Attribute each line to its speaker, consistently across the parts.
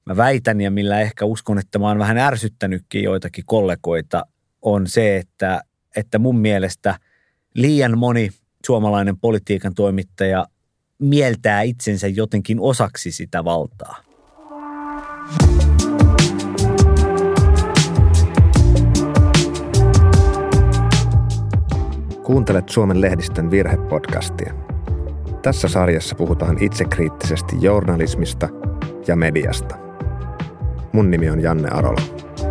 Speaker 1: mä väitän ja millä ehkä uskon, että mä oon vähän ärsyttänytkin joitakin kollegoita, on se, että mun mielestä liian moni suomalainen politiikan toimittaja mieltää itsensä jotenkin osaksi sitä valtaa.
Speaker 2: Kuuntelet Suomen lehdistön virhepodcastia. Tässä sarjassa puhutaan itsekriittisesti journalismista ja mediasta. Mun nimi on Janne Arola.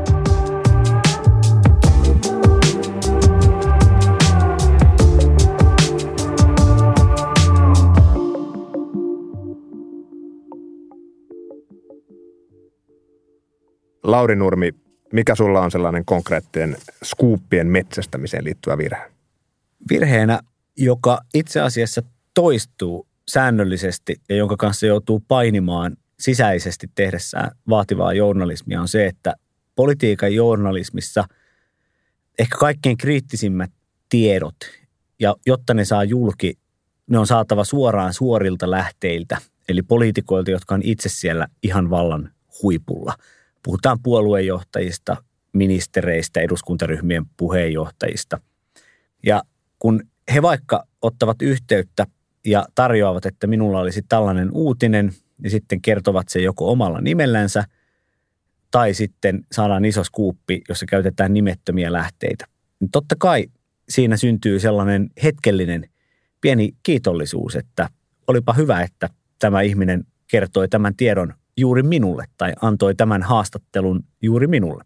Speaker 2: Lauri Nurmi, mikä sulla on sellainen konkreettinen skuuppien metsästämiseen liittyvä virhe?
Speaker 1: Virheenä, joka itse asiassa toistuu säännöllisesti ja jonka kanssa joutuu painimaan sisäisesti tehdessään vaativaa journalismia, on se, että politiikan journalismissa ehkä kaikkein kriittisimmät tiedot, ja jotta ne saa julki, ne on saatava suoraan suorilta lähteiltä, eli poliitikoilta, jotka on itse siellä ihan vallan huipulla. Puhutaan puoluejohtajista, ministereistä, eduskuntaryhmien puheenjohtajista. Ja kun he vaikka ottavat yhteyttä ja tarjoavat, että minulla olisi tällainen uutinen, ja sitten kertovat se joko omalla nimellänsä, tai sitten saadaan iso skuuppi, jossa käytetään nimettömiä lähteitä. Niin totta kai siinä syntyy sellainen hetkellinen pieni kiitollisuus, että olipa hyvä, että tämä ihminen kertoi tämän tiedon juuri minulle tai antoi tämän haastattelun juuri minulle.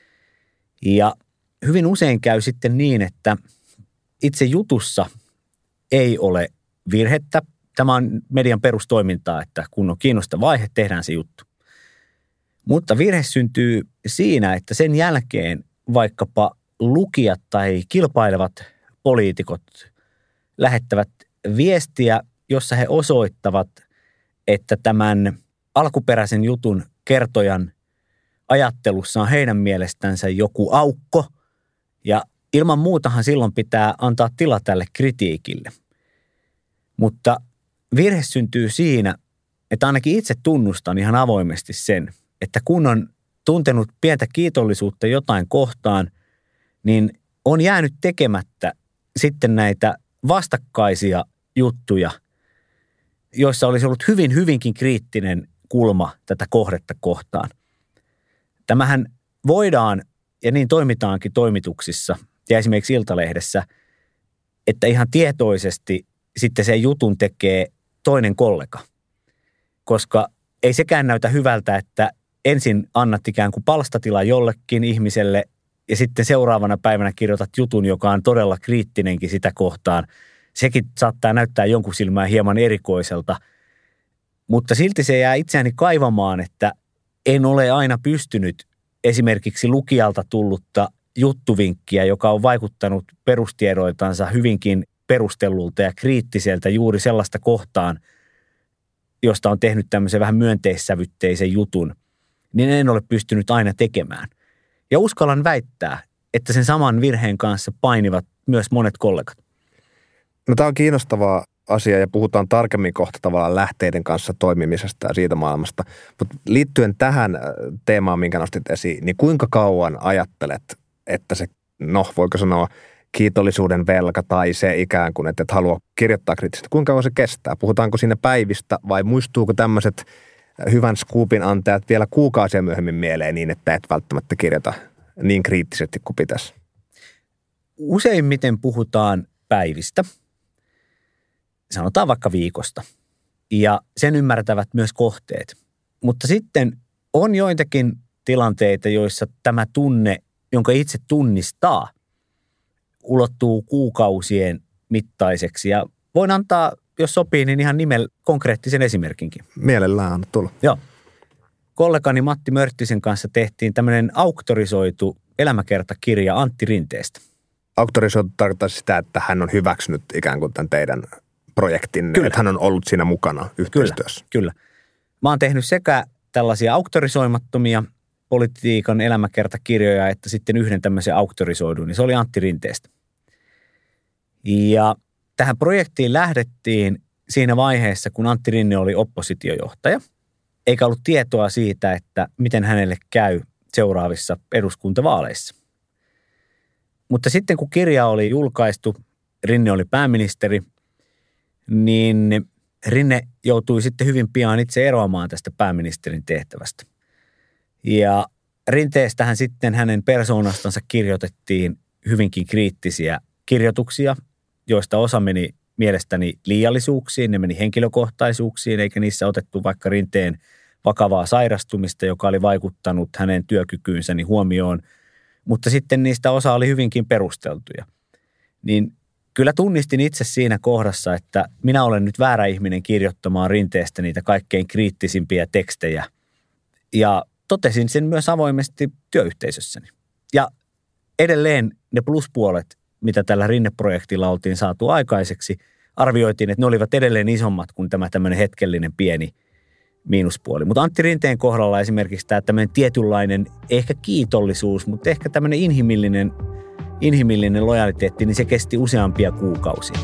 Speaker 1: Ja hyvin usein käy sitten niin, että itse jutussa ei ole virhettä. Tämä on median perustoimintaa, että kun on kiinnostava aihe, tehdään se juttu. Mutta virhe syntyy siinä, että sen jälkeen vaikkapa lukijat tai kilpailevat poliitikot lähettävät viestiä, jossa he osoittavat, että tämän alkuperäisen jutun kertojan ajattelussa on heidän mielestänsä joku aukko, ja ilman muutahan silloin pitää antaa tila tälle kritiikille. Mutta virhe syntyy siinä, että ainakin itse tunnustan ihan avoimesti sen, että kun on tuntenut pientä kiitollisuutta jotain kohtaan, niin on jäänyt tekemättä sitten näitä vastakkaisia juttuja, joissa olisi ollut hyvinkin kriittinen kulma tätä kohdetta kohtaan. Tämähän voidaan, ja niin toimitaankin toimituksissa ja esimerkiksi Iltalehdessä, että ihan tietoisesti sitten sen jutun tekee toinen kollega. Koska ei sekään näytä hyvältä, että ensin annat ikään kuin palstatila jollekin ihmiselle ja sitten seuraavana päivänä kirjoitat jutun, joka on todella kriittinenkin sitä kohtaan. Sekin saattaa näyttää jonkun silmään hieman erikoiselta, mutta silti se jää itseäni kaivamaan, että en ole aina pystynyt esimerkiksi lukijalta tullutta juttuvinkkiä, joka on vaikuttanut perustiedoiltansa hyvinkin perustellulta ja kriittiseltä juuri sellaista kohtaan, josta on tehnyt tämmöisen vähän myönteissävytteisen jutun, niin en ole pystynyt aina tekemään. Ja uskallan väittää, että sen saman virheen kanssa painivat myös monet kollegat.
Speaker 2: No, tämä on kiinnostava asia ja puhutaan tarkemmin kohta tavallaan lähteiden kanssa toimimisesta ja siitä maailmasta. Mutta liittyen tähän teemaan, minkä nostit esiin, niin kuinka kauan ajattelet, että se, voiko sanoa, kiitollisuuden velka tai se ikään kuin, että et halua kirjoittaa kriittisesti, kuinka kauan se kestää? Puhutaanko siinä päivistä vai muistuuko tämmöiset hyvän skuupin antajat vielä kuukausia myöhemmin mieleen niin, että et välttämättä kirjoita niin kriittisesti kuin pitäisi?
Speaker 1: Useimmiten puhutaan päivistä, sanotaan vaikka viikosta, ja sen ymmärtävät myös kohteet. Mutta sitten on joitakin tilanteita, joissa tämä tunne, jonka itse tunnistaa, ulottuu kuukausien mittaiseksi. Ja voin antaa, jos sopii, niin ihan konkreettisen esimerkinkin.
Speaker 2: Mielellään on tullut.
Speaker 1: Joo. Kollegani Matti Mörttisen kanssa tehtiin tämmöinen auktorisoitu elämäkertakirja Antti Rinteestä.
Speaker 2: Auktorisoitu tarkoittaa sitä, että hän on hyväksynyt ikään kuin tämän teidän projektin,
Speaker 1: Kyllä.
Speaker 2: Että hän on ollut siinä mukana yhteistyössä.
Speaker 1: Kyllä. Mä oon tehnyt sekä tällaisia auktorisoimattomia politiikan elämäkertakirjoja, että sitten yhden tämmöisen auktorisoidun, niin se oli Antti Rinteestä. Ja tähän projektiin lähdettiin siinä vaiheessa, kun Antti Rinne oli oppositiojohtaja. eikä ollut tietoa siitä, että miten hänelle käy seuraavissa eduskuntavaaleissa. Mutta sitten kun kirja oli julkaistu, Rinne oli pääministeri, niin Rinne joutui sitten hyvin pian itse eroamaan tästä pääministerin tehtävästä. Ja Rinteestähän sitten hänen persoonastansa kirjoitettiin hyvinkin kriittisiä kirjoituksia, joista osa meni mielestäni liiallisuuksiin, ne meni henkilökohtaisuuksiin, eikä niissä otettu vaikka Rinteen vakavaa sairastumista, joka oli vaikuttanut hänen työkykyynsä huomioon, mutta sitten niistä osa oli hyvinkin perusteltuja. Niin kyllä tunnistin itse siinä kohdassa, että minä olen nyt väärä ihminen kirjoittamaan Rinteestä niitä kaikkein kriittisimpiä tekstejä. Ja totesin sen myös avoimesti työyhteisössäni. Ja edelleen ne pluspuolet, mitä tällä Rinne-projektilla oltiin saatu aikaiseksi, arvioitiin, että ne olivat edelleen isommat kuin tämä tämmöinen hetkellinen pieni miinuspuoli. Mutta Antti Rinteen kohdalla esimerkiksi tämä tämmöinen tietynlainen ehkä kiitollisuus, mutta ehkä tämmöinen inhimillinen lojaliteetti, niin se kesti useampia kuukausia.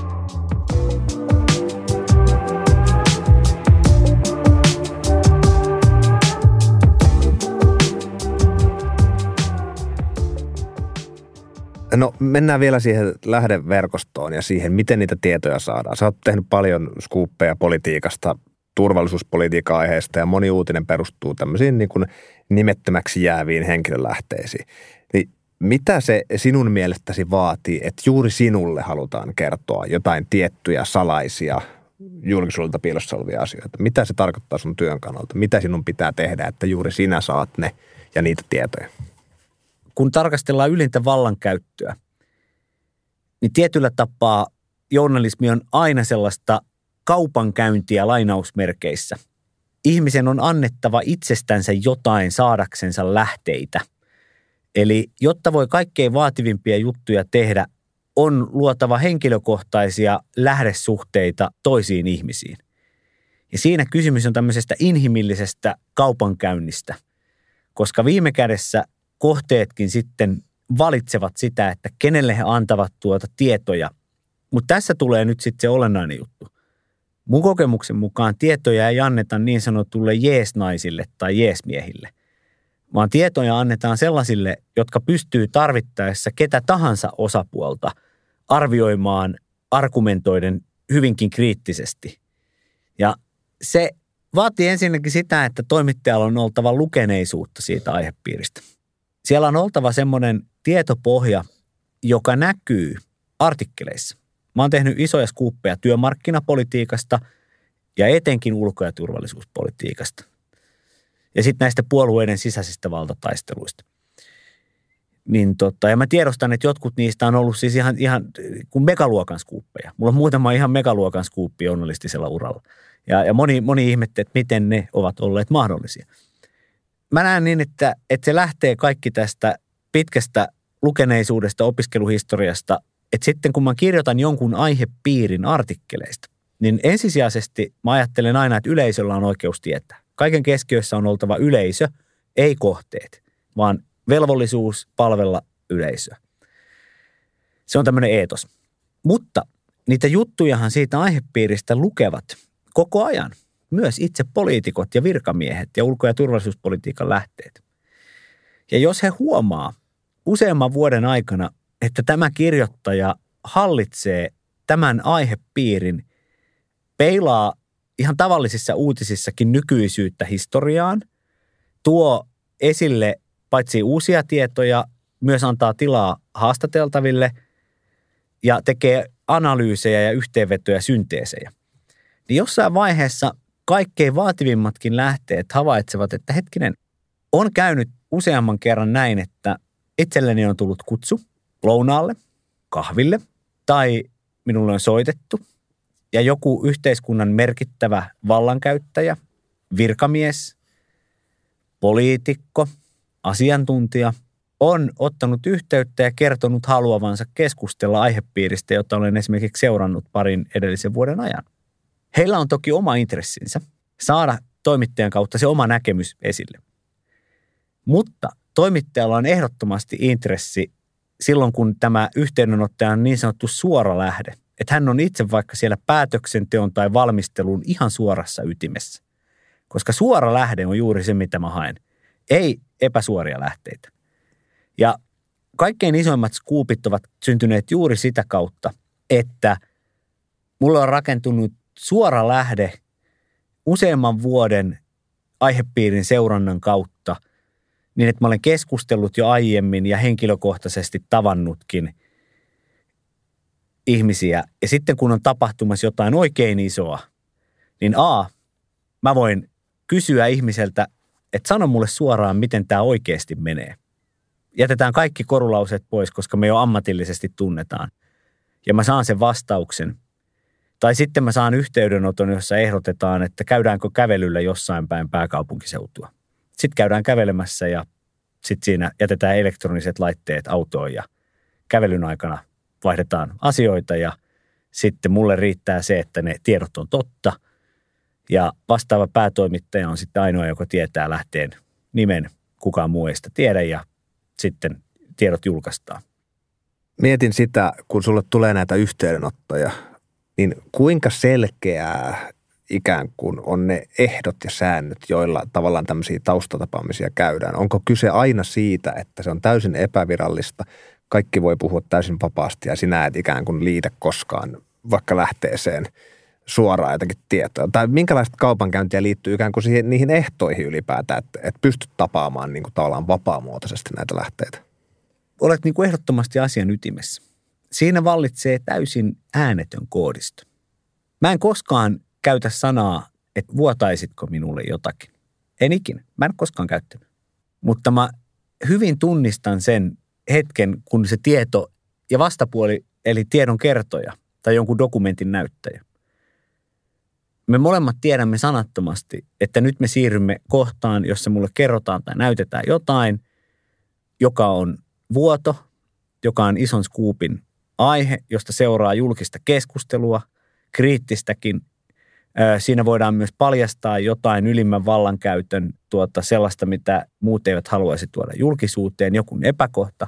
Speaker 2: No mennään vielä siihen lähdeverkostoon ja siihen, miten niitä tietoja saadaan. Sä oot tehnyt paljon skuuppeja politiikasta, turvallisuuspolitiikan aiheesta ja moni uutinen perustuu tämmöisiin niin kuin nimettömäksi jääviin henkilölähteisiin. Niin mitä se sinun mielestäsi vaatii, että juuri sinulle halutaan kertoa jotain tiettyjä salaisia julkisuudelta piilossa olevia asioita? Mitä se tarkoittaa sun työn kannalta? Mitä sinun pitää tehdä, että juuri sinä saat ne ja niitä tietoja?
Speaker 1: Kun tarkastellaan ylintä vallankäyttöä, niin tietyllä tapaa journalismi on aina sellaista kaupankäyntiä lainausmerkeissä. Ihmisen on annettava itsestänsä jotain saadaksensa lähteitä. Eli jotta voi kaikkein vaativimpia juttuja tehdä, on luotava henkilökohtaisia lähdesuhteita toisiin ihmisiin. Ja siinä kysymys on tämmöisestä inhimillisestä kaupankäynnistä, koska viime kädessä kohteetkin sitten valitsevat sitä, että kenelle he antavat tuota tietoja. Mutta tässä tulee nyt sitten se olennainen juttu. Mun kokemuksen mukaan tietoja ei anneta niin sanotulle jeesnaisille tai jeesmiehille, vaan tietoja annetaan sellaisille, jotka pystyy tarvittaessa ketä tahansa osapuolta arvioimaan argumentoiden hyvinkin kriittisesti. Ja se vaatii ensinnäkin sitä, että toimittajalla on oltava lukeneisuutta siitä aihepiiristä. Siellä on oltava semmoinen tietopohja, joka näkyy artikkeleissa. Mä oon tehnyt isoja skuuppeja työmarkkinapolitiikasta ja etenkin ulko- ja turvallisuuspolitiikasta. Ja sitten näistä puolueiden sisäisistä valtataisteluista. Ja mä tiedostan, että jotkut niistä on ollut siis ihan kuin megaluokan skuuppeja. Mulla on muutama ihan megaluokan skuuppi journalistisella uralla. Ja moni ihmetti, että miten ne ovat olleet mahdollisia. Mä näen niin, että se lähtee kaikki tästä pitkästä lukeneisuudesta, opiskeluhistoriasta, että sitten kun mä kirjoitan jonkun aihepiirin artikkeleista, niin ensisijaisesti mä ajattelen aina, että yleisöllä on oikeus tietää. Kaiken keskiössä on oltava yleisö, ei kohteet, vaan velvollisuus palvella yleisöä. Se on tämmöinen eetos. Mutta niitä juttujahan siitä aihepiiristä lukevat koko ajan. Myös itse poliitikot ja virkamiehet ja ulko- ja turvallisuuspolitiikan lähteet. Ja jos he huomaa useamman vuoden aikana, että tämä kirjoittaja hallitsee tämän aihepiirin, peilaa ihan tavallisissa uutisissakin nykyisyyttä historiaan, tuo esille paitsi uusia tietoja, myös antaa tilaa haastateltaville ja tekee analyysejä ja yhteenvetoja, synteesejä. Niin jossain vaiheessa kaikkein vaativimmatkin lähteet havaitsevat, että hetkinen, on käynyt useamman kerran näin, että itselleni on tullut kutsu lounaalle, kahville tai minulle on soitettu ja joku yhteiskunnan merkittävä vallankäyttäjä, virkamies, poliitikko, asiantuntija on ottanut yhteyttä ja kertonut haluavansa keskustella aihepiiristä, jota olen esimerkiksi seurannut parin edellisen vuoden ajan. Heillä on toki oma intressinsä saada toimittajan kautta se oma näkemys esille. Mutta toimittajalla on ehdottomasti intressi silloin, kun tämä yhteydenottaja on niin sanottu suora lähde. Että hän on itse vaikka siellä päätöksenteon tai valmistelun ihan suorassa ytimessä. Koska suora lähde on juuri se, mitä mä haen. Ei epäsuoria lähteitä. Ja kaikkein isoimmat skuupit ovat syntyneet juuri sitä kautta, että mulla on rakentunut suora lähde useamman vuoden aihepiirin seurannan kautta, niin että mä olen keskustellut jo aiemmin ja henkilökohtaisesti tavannutkin ihmisiä. Ja sitten kun on tapahtumassa jotain oikein isoa, niin mä voin kysyä ihmiseltä, että sano mulle suoraan, miten tämä oikeasti menee. Jätetään kaikki korulauseet pois, koska me jo ammatillisesti tunnetaan. Ja mä saan sen vastauksen. Tai sitten mä saan yhteydenoton, jossa ehdotetaan, että käydäänkö kävelyllä jossain päin pääkaupunkiseutua. Sitten käydään kävelemässä ja sitten siinä jätetään elektroniset laitteet autoon ja kävelyn aikana vaihdetaan asioita ja sitten mulle riittää se, että ne tiedot on totta. Ja vastaava päätoimittaja on sitten ainoa, joka tietää lähteen nimen, kukaan muu ei sitä tiedä ja sitten tiedot julkaistaan.
Speaker 2: Mietin sitä, kun sulle tulee näitä yhteydenottoja, niin kuinka selkeää ikään kuin on ne ehdot ja säännöt, joilla tavallaan tämmöisiä taustatapaamisia käydään? Onko kyse aina siitä, että se on täysin epävirallista, kaikki voi puhua täysin vapaasti ja sinä et ikään kuin liitä koskaan vaikka lähteeseen suoraan jotakin tietoa? Tai minkälaista kaupankäyntiä liittyy ikään kuin niihin ehtoihin ylipäätään, että pystyt tapaamaan niin kuin tavallaan vapaamuotoisesti näitä lähteitä?
Speaker 1: Olet niin kuin ehdottomasti asian ytimessä. Siinä vallitsee täysin äänetön koodisto. Mä en koskaan käytä sanaa, että vuotaisitko minulle jotakin. En ikinä. Mä en koskaan käyttänyt. Mutta mä hyvin tunnistan sen hetken, kun se tieto ja vastapuoli, eli tiedon kertoja tai jonkun dokumentin näyttäjä. Me molemmat tiedämme sanattomasti, että nyt me siirrymme kohtaan, jossa mulle kerrotaan tai näytetään jotain, joka on vuoto, joka on ison skuupin aihe, josta seuraa julkista keskustelua, kriittistäkin. Siinä voidaan myös paljastaa jotain ylimmän vallankäytön sellaista, mitä muut eivät haluaisi tuoda julkisuuteen, joku epäkohta.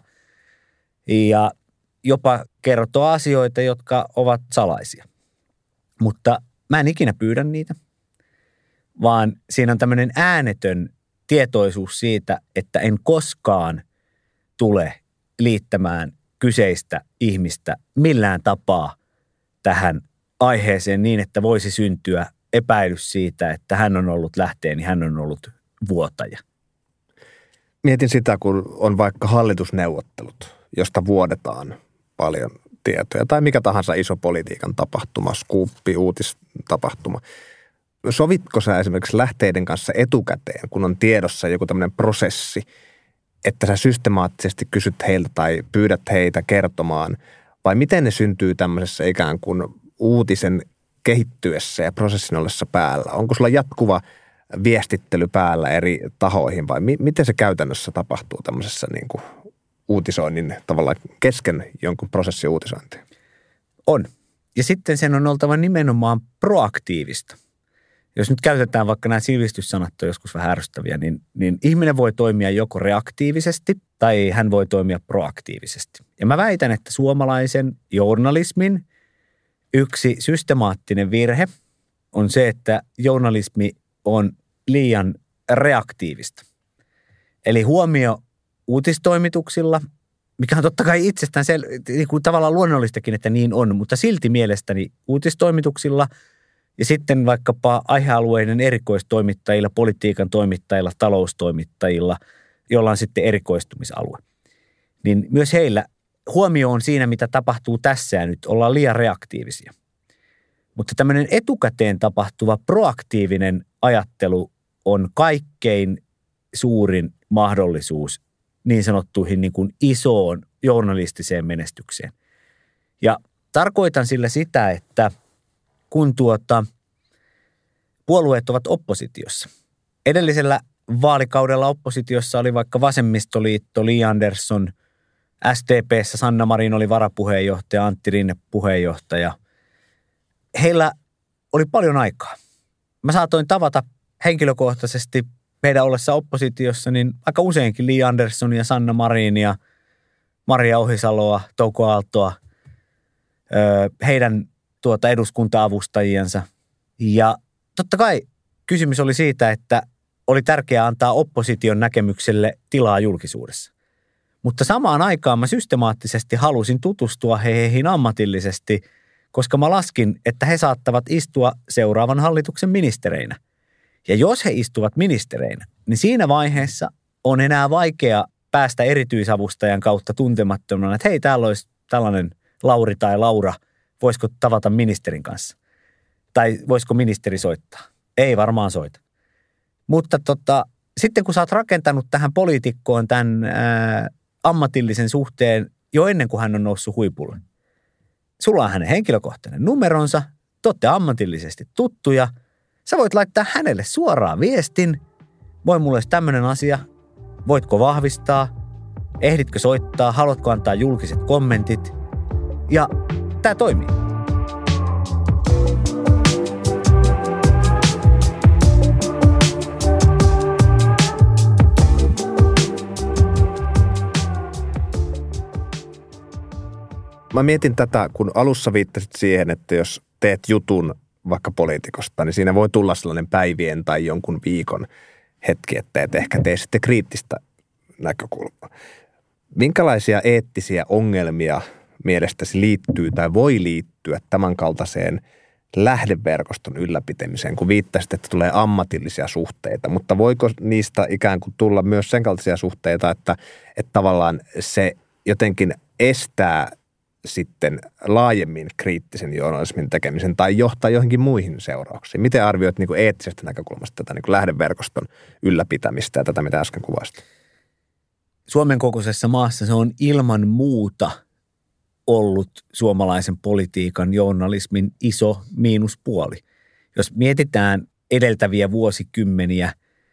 Speaker 1: Ja jopa kertoa asioita, jotka ovat salaisia. Mutta mä en ikinä pyydä niitä, vaan siinä on tämmöinen äänetön tietoisuus siitä, että en koskaan tule liittämään kyseistä ihmistä millään tapaa tähän aiheeseen niin, että voisi syntyä epäilys siitä, että hän on ollut lähteeni, hän on ollut vuotaja.
Speaker 2: Mietin sitä, kun on vaikka hallitusneuvottelut, josta vuodetaan paljon tietoja tai mikä tahansa iso politiikan tapahtuma, skuuppi, uutistapahtuma. Sovitko sä esimerkiksi lähteiden kanssa etukäteen, kun on tiedossa joku tämmöinen prosessi, että sä systemaattisesti kysyt heiltä tai pyydät heitä kertomaan, vai miten ne syntyy tämmöisessä ikään kuin uutisen kehittyessä ja prosessin ollessa päällä? Onko sulla jatkuva viestittely päällä eri tahoihin vai miten se käytännössä tapahtuu tämmöisessä niin kuin uutisoinnin tavallaan kesken jonkun prosessin uutisointiin?
Speaker 1: On. Ja sitten sen on oltava nimenomaan proaktiivista. Jos nyt käytetään vaikka nämä sivistyssanat on joskus vähän ärsyttäviä, niin ihminen voi toimia joko reaktiivisesti tai hän voi toimia proaktiivisesti. Ja mä väitän, että suomalaisen journalismin yksi systemaattinen virhe on se, että journalismi on liian reaktiivista. Eli huomio uutistoimituksilla, mikä on totta kai itsestään niin kuin tavallaan luonnollistakin, että niin on, mutta silti mielestäni uutistoimituksilla ja sitten vaikkapa aihealueiden erikoistoimittajilla, politiikan toimittajilla, taloustoimittajilla, jolla on sitten erikoistumisalue. Niin myös heillä huomio on siinä, mitä tapahtuu tässä ja nyt. Ollaan liian reaktiivisia. Mutta tämmöinen etukäteen tapahtuva proaktiivinen ajattelu on kaikkein suurin mahdollisuus niin sanottuihin niin kuin isoon journalistiseen menestykseen. Ja tarkoitan sillä sitä, että kun puolueet ovat oppositiossa. Edellisellä vaalikaudella oppositiossa oli vaikka Vasemmistoliitto, Li Andersson, SDP:ssä Sanna Marin oli varapuheenjohtaja, Antti Rinne puheenjohtaja. Heillä oli paljon aikaa. Mä saatoin tavata henkilökohtaisesti meidän ollessa oppositiossa niin aika useinkin Li Anderssonia, Sanna Marinia, Maria Ohisaloa, Touko Aaltoa, heidän eduskunta-avustajiensa. Ja totta kai kysymys oli siitä, että oli tärkeää antaa opposition näkemykselle tilaa julkisuudessa. Mutta samaan aikaan mä systemaattisesti halusin tutustua heihin ammatillisesti, koska mä laskin, että he saattavat istua seuraavan hallituksen ministereinä. Ja jos he istuvat ministereinä, niin siinä vaiheessa on enää vaikea päästä erityisavustajan kautta tuntemattomana, että hei, täällä olisi tällainen Lauri tai Laura, voisiko tavata ministerin kanssa? Tai voisiko ministeri soittaa? Ei varmaan soita. Mutta sitten kun sä oot rakentanut tähän poliitikkoon tämän ammatillisen suhteen jo ennen kuin hän on noussut huipulle. Sulla on hänen henkilökohtainen numeronsa, te ootte ammatillisesti tuttuja. Sä voit laittaa hänelle suoraan viestin. Voi mulle olisi tämmöinen asia. Voitko vahvistaa? Ehditkö soittaa? Haluatko antaa julkiset kommentit? Ja tää toimii.
Speaker 2: Mä mietin tätä, kun alussa viittasit siihen, että jos teet jutun vaikka poliitikosta, niin siinä voi tulla sellainen päivien tai jonkun viikon hetki, että et ehkä tee sitten kriittistä näkökulmaa. Minkälaisia eettisiä ongelmia mielestäsi liittyy tai voi liittyä tämän kaltaiseen lähdeverkoston ylläpitämiseen, kun viittasit, että tulee ammatillisia suhteita, mutta voiko niistä ikään kuin tulla myös sen kaltaisia suhteita, että tavallaan se jotenkin estää sitten laajemmin kriittisen journalismin tekemisen tai johtaa johonkin muihin seurauksiin? Miten arvioit niin kuin eettisestä näkökulmasta tätä niin kuin lähdeverkoston ylläpitämistä ja tätä, mitä äsken kuvasit?
Speaker 1: Suomen kokoisessa maassa se on ilman muuta ollut suomalaisen politiikan journalismin iso miinuspuoli. Jos mietitään edeltäviä vuosikymmeniä,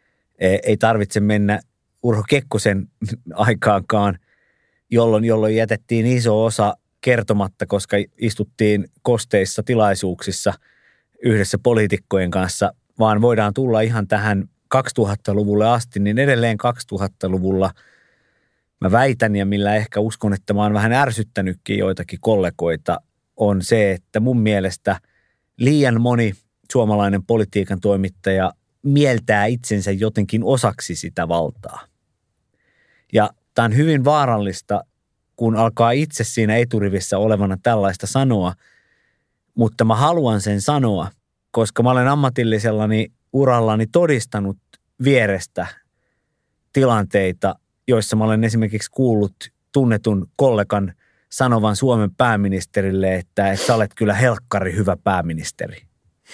Speaker 1: ei tarvitse mennä Urho Kekkosen aikaankaan, jolloin jätettiin iso osa kertomatta, koska istuttiin kosteissa tilaisuuksissa yhdessä poliitikkojen kanssa, vaan voidaan tulla ihan tähän 2000-luvulle asti, niin edelleen 2000-luvulla mä väitän ja millä ehkä uskon, että mä oon vähän ärsyttänytkin joitakin kollegoita, on se, että mun mielestä liian moni suomalainen politiikan toimittaja mieltää itsensä jotenkin osaksi sitä valtaa. Ja tämä on hyvin vaarallista, kun alkaa itse siinä eturivissä olevana tällaista sanoa, mutta mä haluan sen sanoa, koska mä olen ammatillisellani urallani todistanut vierestä tilanteita, joissa mä olen esimerkiksi kuullut tunnetun kollegan sanovan Suomen pääministerille, että sä olet kyllä helkkari hyvä pääministeri.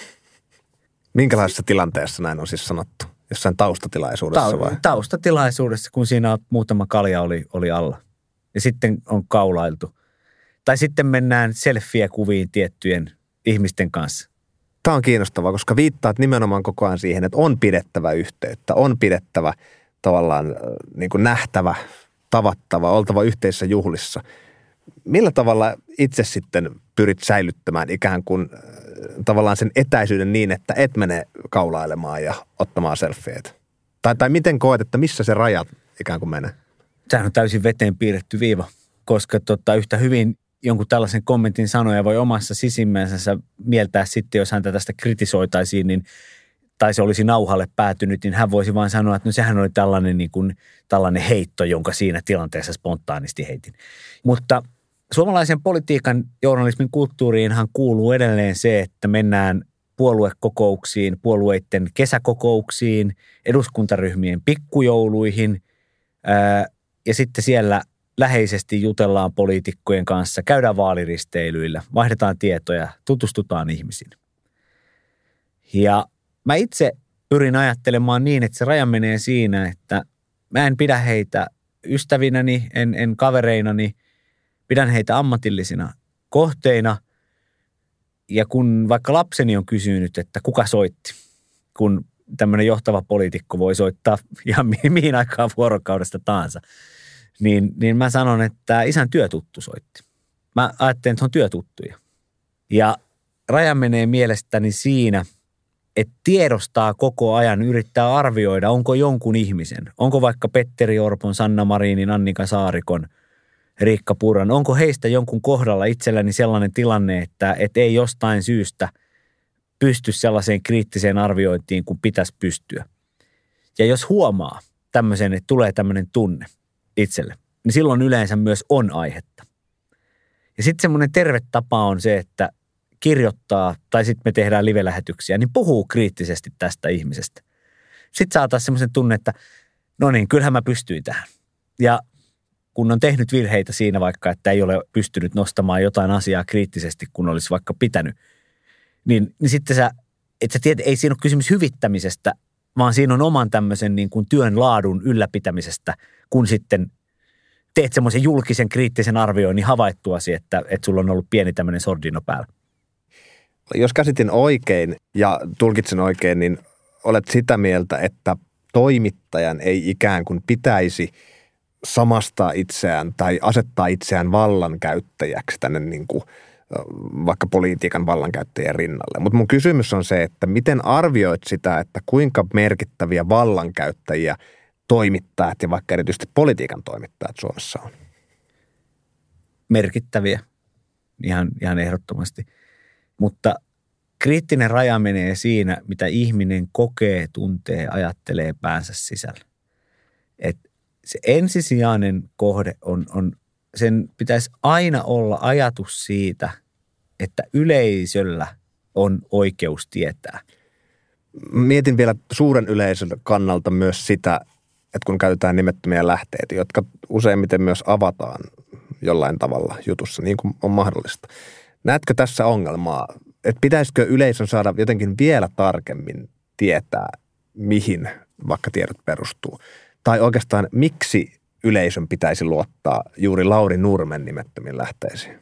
Speaker 2: Minkälaisessa tilanteessa näin on siis sanottu? Jossain taustatilaisuudessa vai?
Speaker 1: Taustatilaisuudessa, kun siinä muutama kalja oli alla. Ja sitten on kaulailtu. Tai sitten mennään selfie-kuviin tiettyjen ihmisten kanssa.
Speaker 2: Tämä on kiinnostavaa, koska viittaat nimenomaan koko ajan siihen, että on pidettävä yhteyttä, on pidettävä tavallaan niin kuin nähtävä, tavattava, oltava yhteisissä juhlissa. Millä tavalla itse sitten pyrit säilyttämään ikään kuin tavallaan sen etäisyyden niin, että et mene kaulailemaan ja ottamaan selfieitä? Tai miten koet, että missä se raja ikään kuin menee?
Speaker 1: Sehän on täysin veteen piirretty viiva, koska yhtä hyvin jonkun tällaisen kommentin sanoja voi omassa sisimmänsä mieltää sitten, jos häntä tästä kritisoitaisiin, niin, tai se olisi nauhalle päätynyt, niin hän voisi vain sanoa, että no sehän oli tällainen heitto, jonka siinä tilanteessa spontaanisti heitin. Mutta suomalaisen politiikan journalismin kulttuuriinhan kuuluu edelleen se, että mennään puoluekokouksiin, puolueiden kesäkokouksiin, eduskuntaryhmien pikkujouluihin ja sitten siellä läheisesti jutellaan poliitikkojen kanssa, käydään vaaliristeilyillä, vaihdetaan tietoja, tutustutaan ihmisiin. Ja mä itse pyrin ajattelemaan niin, että se raja menee siinä, että mä en pidä heitä ystävinäni, en kavereinani, pidän heitä ammatillisina kohteina. Ja kun vaikka lapseni on kysynyt, että kuka soitti, kun tämmöinen johtava poliitikko voi soittaa ihan mihin aikaan vuorokaudesta tahansa, niin mä sanon, että isän työtuttu soitti. Mä ajattelen, että on työtuttuja. Ja raja menee mielestäni siinä, että tiedostaa koko ajan, yrittää arvioida, onko jonkun ihmisen, onko vaikka Petteri Orpon, Sanna Marinin, Annika Saarikon, Riikka Purran, onko heistä jonkun kohdalla itselläni sellainen tilanne, että ei jostain syystä pysty sellaiseen kriittiseen arviointiin, kun pitäisi pystyä. Ja jos huomaa tämmöisen, että tulee tämmöinen tunne itselle, niin silloin yleensä myös on aihetta. Ja sitten semmoinen terve tapa on se, että kirjoittaa tai sitten me tehdään live-lähetyksiä, niin puhuu kriittisesti tästä ihmisestä. Sitten saa taas semmoisen tunne, että no niin, kyllähän mä pystyin tähän. Ja kun on tehnyt virheitä siinä vaikka, että ei ole pystynyt nostamaan jotain asiaa kriittisesti, kun olisi vaikka pitänyt, niin sitten sä tiedät, ei siinä ole kysymys hyvittämisestä, vaan siinä on oman tämmöisen niin kuin työn laadun ylläpitämisestä, kun sitten teet semmoisen julkisen kriittisen arvioinnin havaittuasi, että sulla on ollut pieni tämmöinen sordino päällä.
Speaker 2: Jos käsitin oikein ja tulkitsen oikein, niin olet sitä mieltä, että toimittajan ei ikään kuin pitäisi samastaa itseään tai asettaa itseään vallankäyttäjäksi tänne niin kuin vaikka politiikan vallankäyttäjien rinnalle. Mutta mun kysymys on se, että miten arvioit sitä, että kuinka merkittäviä vallankäyttäjiä toimittajat ja vaikka erityisesti politiikan toimittajat Suomessa on?
Speaker 1: Merkittäviä, ihan ehdottomasti. Mutta kriittinen raja menee siinä, mitä ihminen kokee, tuntee, ajattelee päänsä sisällä. Et se ensisijainen kohde on, sen pitäisi aina olla ajatus siitä, että yleisöllä on oikeus tietää.
Speaker 2: Mietin vielä suuren yleisön kannalta myös sitä, että kun käytetään nimettömiä lähteitä, jotka useimmiten myös avataan jollain tavalla jutussa, niin kuin on mahdollista. Näetkö tässä ongelmaa, että pitäisikö yleisön saada jotenkin vielä tarkemmin tietää, mihin vaikka tiedot perustuu? Tai oikeastaan miksi yleisön pitäisi luottaa juuri Lauri Nurmen nimettömiin lähteisiin?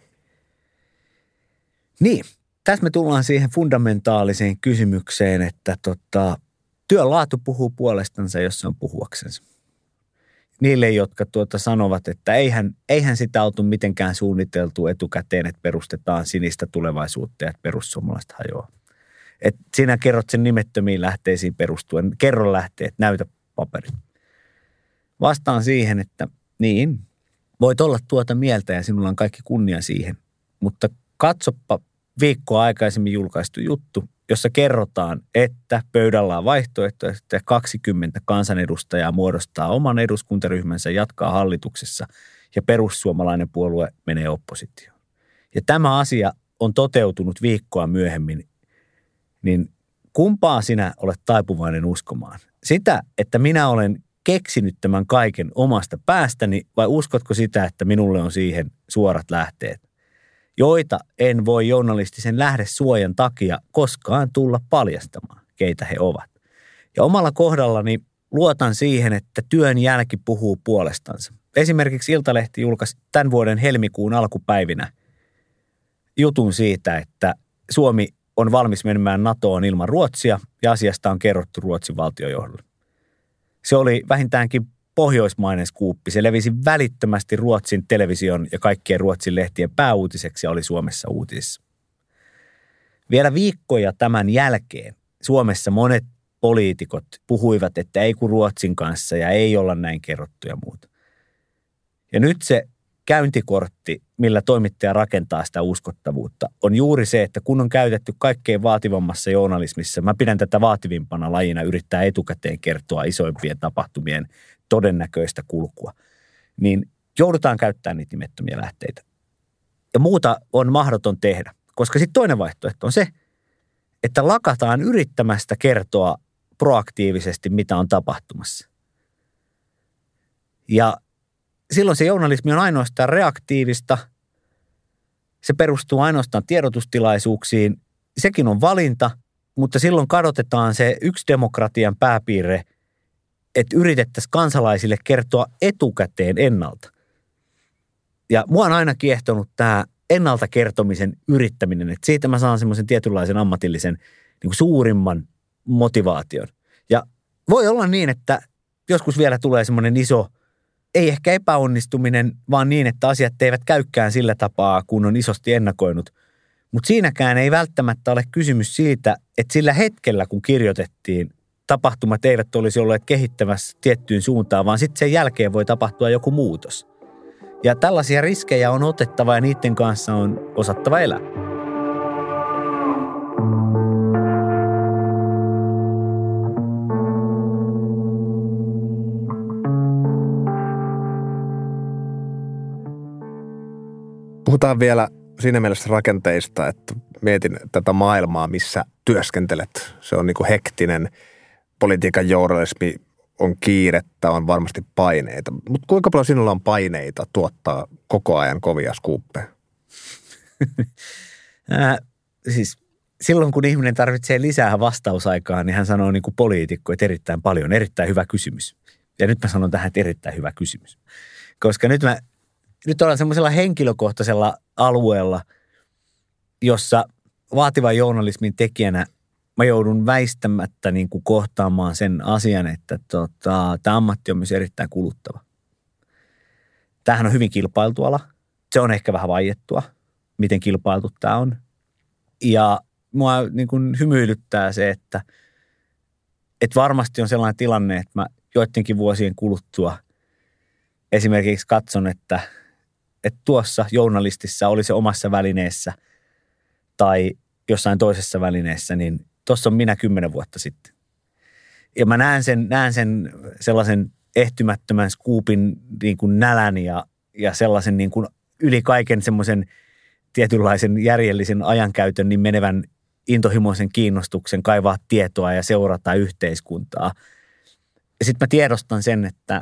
Speaker 1: Niin, tässä me tullaan siihen fundamentaaliseen kysymykseen, että työn laatu puhuu puolestansa, jos se on puhuaksensa. Niille, jotka sanovat, että eihän sitä oltu mitenkään suunniteltu etukäteen, että perustetaan sinistä tulevaisuutta ja että perussuomalaiset hajoaa. Että sinä kerrot sen nimettömiin lähteisiin perustuen. Kerro lähteet, näytä paperit. Vastaan siihen, että niin, voit olla tuota mieltä ja sinulla on kaikki kunnia siihen, mutta katsoppa viikkoa aikaisemmin julkaistu juttu, jossa kerrotaan, että pöydällä on vaihtoehto, että 20 kansanedustajaa muodostaa oman eduskuntaryhmänsä, jatkaa hallituksessa ja perussuomalainen puolue menee oppositioon. Ja tämä asia on toteutunut viikkoa myöhemmin, niin kumpaa sinä olet taipuvainen uskomaan? Sitä, että minä olen keksinyt tämän kaiken omasta päästäni vai uskotko sitä, että minulle on siihen suorat lähteet, joita en voi journalistisen lähdesuojan takia koskaan tulla paljastamaan, keitä he ovat. Ja omalla kohdallani luotan siihen, että työn jälki puhuu puolestansa. Esimerkiksi Iltalehti julkaisi tämän vuoden helmikuun alkupäivinä jutun siitä, että Suomi on valmis menemään NATOon ilman Ruotsia ja asiasta on kerrottu Ruotsin valtiojohdolle. Se oli vähintäänkin pohjoismainen skuuppi. Se levisi välittömästi Ruotsin television ja kaikkien Ruotsin lehtien pääuutiseksi ja oli Suomessa uutisissa. Vielä viikkoja tämän jälkeen Suomessa monet poliitikot puhuivat, että ei kun Ruotsin kanssa ja ei olla näin kerrottu ja muuta. Ja nyt se käyntikortti, millä toimittaja rakentaa sitä uskottavuutta, on juuri se, että kun on käytetty kaikkein vaativammassa journalismissa, mä pidän tätä vaativimpana lajina, yrittää etukäteen kertoa isoimpien tapahtumien todennäköistä kulkua, niin joudutaan käyttämään niitä nimettömiä lähteitä. Ja muuta on mahdoton tehdä, koska sitten toinen vaihtoehto on se, että lakataan yrittämästä kertoa proaktiivisesti, mitä on tapahtumassa. Ja silloin se journalismi on ainoastaan reaktiivista, se perustuu ainoastaan tiedotustilaisuuksiin, sekin on valinta, mutta silloin kadotetaan se yksi demokratian pääpiirre, että yritettäisiin kansalaisille kertoa etukäteen ennalta. Ja mua on aina kiehtonut tämä ennalta kertomisen yrittäminen, että siitä mä saan semmoisen tietynlaisen ammatillisen niin kuin suurimman motivaation. Ja voi olla niin, että joskus vielä tulee semmoinen iso, ei ehkä epäonnistuminen, vaan niin, että asiat eivät käykään sillä tapaa, kun on isosti ennakoinut. Mutta siinäkään ei välttämättä ole kysymys siitä, että sillä hetkellä, kun kirjoitettiin, tapahtumat eivät olisi olleet kehittämässä tiettyyn suuntaan, vaan sitten sen jälkeen voi tapahtua joku muutos. Ja tällaisia riskejä on otettava ja niiden kanssa on osattava elää.
Speaker 2: Puhutaan vielä siinä mielessä rakenteista, että mietin tätä maailmaa, missä työskentelet. Se on niin kuin hektinen, politiikan journalismi on kiirettä, on varmasti paineita. Mutta kuinka paljon sinulla on paineita tuottaa koko ajan kovia skuuppeja?
Speaker 1: Siis silloin, kun ihminen tarvitsee lisää vastausaikaa, niin hän sanoo niin kuin poliitikko, että erittäin paljon, erittäin hyvä kysymys. Ja nyt mä sanon tähän, että erittäin hyvä kysymys. Koska nyt ollaan semmoisella henkilökohtaisella alueella, jossa vaativan journalismin tekijänä mä joudun väistämättä niin kuin kohtaamaan sen asian, että tämä ammatti on myös erittäin kuluttava. Tämähän on hyvin kilpailtu ala. Se on ehkä vähän vaiettua, miten kilpailtu tämä on. Ja mua niin kuin hymyilyttää se, että varmasti on sellainen tilanne, että mä joidenkin vuosien kuluttua esimerkiksi katson, että tuossa journalistissa oli se omassa välineessä tai jossain toisessa välineessä, niin tuossa on minä 10 vuotta sitten. Ja mä näen sen sellaisen ehtymättömän skuupin niin kuin nälän ja sellaisen niin kuin yli kaiken semmoisen tietynlaisen järjellisen ajankäytön niin menevän intohimoisen kiinnostuksen kaivaa tietoa ja seurata yhteiskuntaa. Ja sitten mä tiedostan sen, että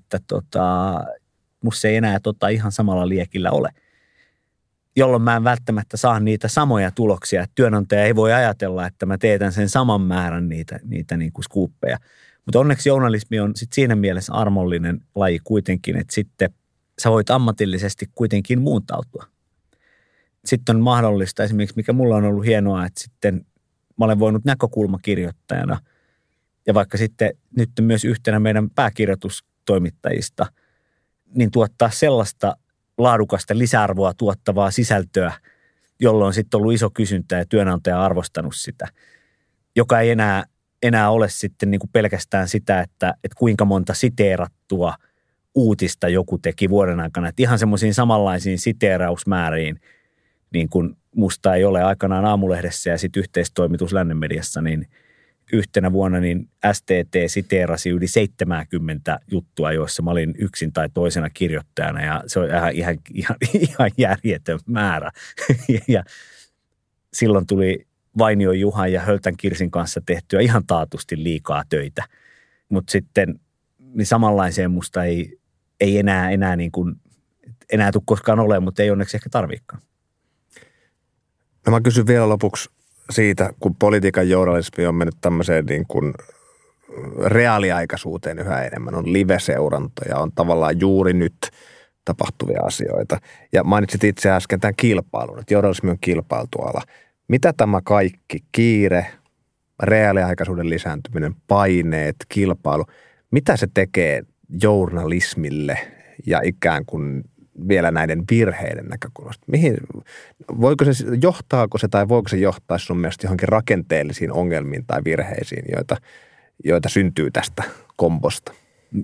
Speaker 1: musta ei enää ihan samalla liekillä ole, jolloin mä en välttämättä saa niitä samoja tuloksia. Työnantaja ei voi ajatella, että mä teetän sen saman määrän niitä niin kuin skuuppeja. Mutta onneksi journalismi on sit siinä mielessä armollinen laji kuitenkin, että sitten sä voit ammatillisesti kuitenkin muuntautua. Sitten on mahdollista esimerkiksi, mikä mulla on ollut hienoa, että sitten mä olen voinut näkökulmakirjoittajana ja vaikka sitten nyt myös yhtenä meidän pääkirjoitustoimittajista, niin tuottaa sellaista laadukasta lisäarvoa tuottavaa sisältöä, jolloin on sitten ollut iso kysyntä ja työnantaja arvostanut sitä, joka ei enää ole sitten niin kuin pelkästään sitä, että kuinka monta siteerattua uutista joku teki vuoden aikana. Että ihan semmoisiin samanlaisiin siteerausmääriin, niin kuin musta ei ole aikanaan Aamulehdessä ja sitten yhteistoimitus Lännen mediassa, niin yhtenä vuonna niin STT siteerasi yli 70 juttua, joissa mä olin yksin tai toisena kirjoittajana ja se on ihan järjetön määrä. Ja silloin tuli Vainio Juhan ja Höltän Kirsin kanssa tehtyä ihan taatusti liikaa töitä. Mutta sitten niin samanlaiseen musta ei enää niin kuin, enää tule koskaan olemaan, mutta ei onneksi ehkä tarviikaan.
Speaker 2: No mä kysyn vielä lopuksi siitä, kun politiikan journalismi on mennyt tämmöiseen niin kuin reaaliaikaisuuteen yhä enemmän. On live-seurantoja, on tavallaan juuri nyt tapahtuvia asioita. Ja mainitsit itse äsken tämän kilpailun, että journalismi on kilpailtu ala. Mitä tämä kaikki, kiire, reaaliaikaisuuden lisääntyminen, paineet, kilpailu, mitä se tekee journalismille ja ikään kuin vielä näiden virheiden näkökulmasta? Johtaako se tai voiko se johtaa sun mielestä johonkin rakenteellisiin ongelmiin tai virheisiin, joita syntyy tästä kombosta?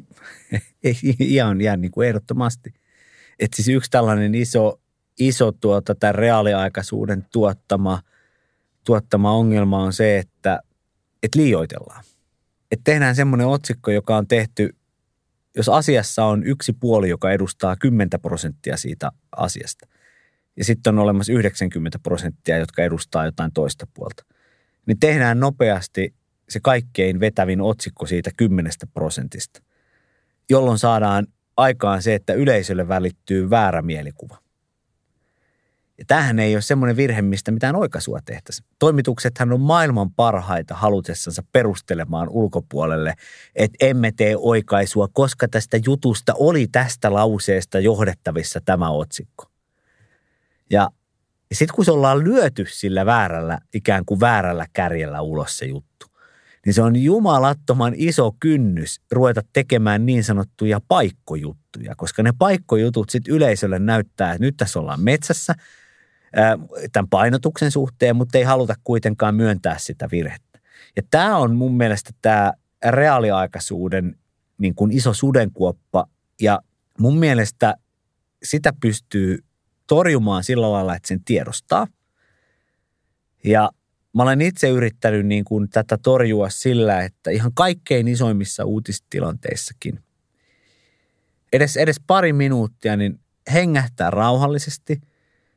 Speaker 1: Ihan niin kuin ehdottomasti. Että siis yksi tällainen iso tämän reaaliaikaisuuden tuottama ongelma on se, että liioitellaan. Että tehdään semmoinen otsikko, joka on tehty, jos asiassa on yksi puoli, joka edustaa 10% siitä asiasta, ja sitten on olemassa 90%, jotka edustaa jotain toista puolta, niin tehdään nopeasti se kaikkein vetävin otsikko siitä 10%, jolloin saadaan aikaan se, että yleisölle välittyy väärä mielikuva. Ja tämähän ei ole semmoinen virhe, mistä mitään oikaisua tehtäisiin. Toimituksethan on maailman parhaita halutessansa perustelemaan ulkopuolelle, että emme tee oikaisua, koska tästä jutusta oli tästä lauseesta johdettavissa tämä otsikko. Ja sitten kun se ollaan lyöty sillä ikään kuin väärällä kärjellä ulos se juttu, niin se on jumalattoman iso kynnys ruveta tekemään niin sanottuja paikkojuttuja, koska ne paikkojutut sitten yleisölle näyttää, että nyt tässä ollaan metsässä tämän painotuksen suhteen, mutta ei haluta kuitenkaan myöntää sitä virhettä. Ja tämä on mun mielestä tämä reaaliaikaisuuden niin kuin iso sudenkuoppa, ja mun mielestä sitä pystyy torjumaan sillä lailla, että sen tiedostaa. Ja mä olen itse yrittänyt niin kuin tätä torjua sillä, että ihan kaikkein isoimmissa uutistilanteissakin edes pari minuuttia niin hengähtää rauhallisesti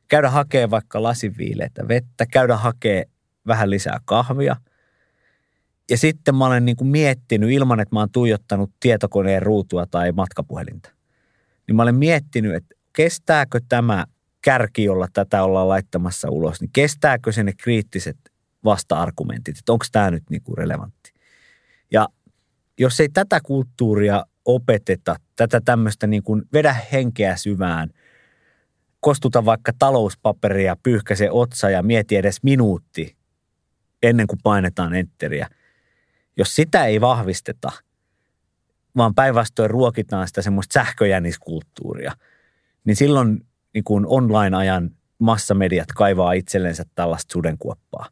Speaker 1: käydä hakee vaikka lasinviileitä vettä, käydä hakee vähän lisää kahvia. Ja sitten mä olen niin kuin miettinyt, ilman että mä oon tuijottanut tietokoneen ruutua tai matkapuhelinta, niin mä olen miettinyt, että kestääkö tämä kärki, jolla tätä ollaan laittamassa ulos, niin kestääkö se ne kriittiset vasta-argumentit, että onko tämä nyt niin kuin relevantti. Ja jos ei tätä kulttuuria opeteta, tätä tämmöistä niin kuin vedä henkeä syvään, kostuta vaikka talouspaperia, pyyhkäise otsa ja mieti edes minuutti ennen kuin painetaan enteriä. Jos sitä ei vahvisteta, vaan päinvastoin ruokitaan sitä semmoista sähköjänniskulttuuria, niin silloin niin kuin online-ajan massamediat kaivaa itsellensä tällaista sudenkuoppaa.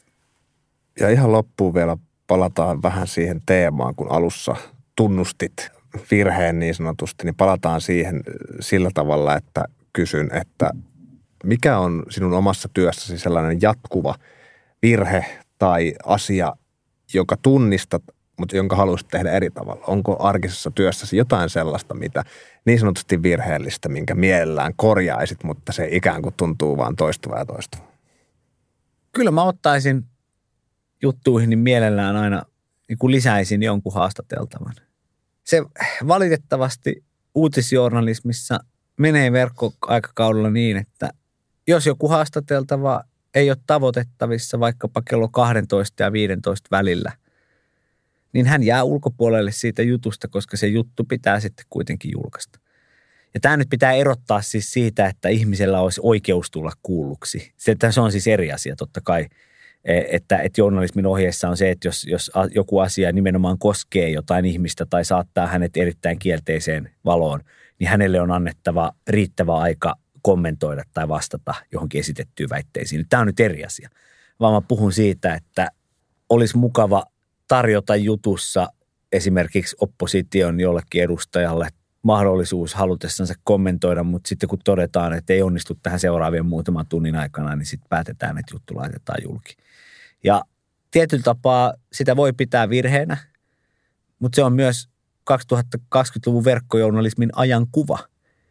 Speaker 2: Ja ihan loppuun vielä palataan vähän siihen teemaan, kun alussa tunnustit virheen niin sanotusti, niin palataan siihen sillä tavalla, että kysyn, että mikä on sinun omassa työssäsi sellainen jatkuva virhe tai asia, jonka tunnistat, mutta jonka haluaisit tehdä eri tavalla? Onko arkisessa työssäsi jotain sellaista, mitä niin sanotusti virheellistä, minkä mielellään korjaisit, mutta se ikään kuin tuntuu vaan toistuvaa ja toistuvaa?
Speaker 1: Kyllä mä ottaisin juttuihin niin mielellään aina niin kuin lisäisin jonkun haastateltavan. Se valitettavasti uutisjournalismissa menee verkkoaikakaudella niin, että jos joku haastateltava ei ole tavoitettavissa vaikkapa kello 12 ja 15 välillä, niin hän jää ulkopuolelle siitä jutusta, koska se juttu pitää sitten kuitenkin julkaista. Ja tämä nyt pitää erottaa siis siitä, että ihmisellä olisi oikeus tulla kuulluksi. Se on siis eri asia totta kai, että journalismin ohjeessa on se, että jos joku asia nimenomaan koskee jotain ihmistä tai saattaa hänet erittäin kielteiseen valoon, niin hänelle on annettava riittävä aika kommentoida tai vastata johonkin esitettyyn väitteisiin. Tämä on nyt eri asia, vaan mä puhun siitä, että olisi mukava tarjota jutussa esimerkiksi opposition jollekin edustajalle mahdollisuus halutessansa kommentoida, mutta sitten kun todetaan, että ei onnistu tähän seuraavien muutaman tunnin aikana, niin sitten päätetään, että juttu laitetaan julki. Ja tietyllä tapaa sitä voi pitää virheenä, mutta se on myös 2020-luvun verkkojournalismin ajankuva.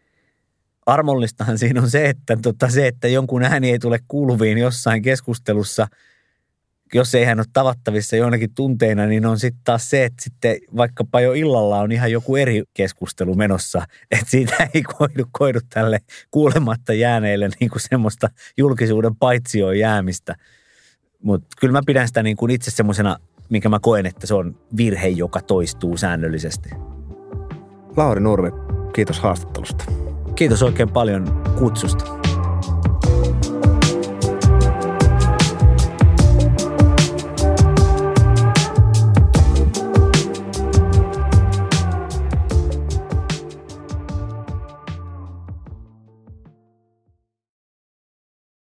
Speaker 1: Armollistahan siinä on se, että jonkun ääni ei tule kuuluviin jossain keskustelussa, jos ei hän ole tavattavissa jonakin tunteina, niin on sitten taas se, että sitten vaikkapa jo illalla on ihan joku eri keskustelu menossa, että siitä ei koidu tälle kuulematta jääneille niin kuin semmoista julkisuuden paitsioon jäämistä. Mutta kyllä mä pidän sitä niin kuin itse semmoisena, minkä mä koen, että se on virhe, joka toistuu säännöllisesti.
Speaker 2: Lauri Nurmi, kiitos haastattelusta.
Speaker 1: Kiitos oikein paljon kutsusta.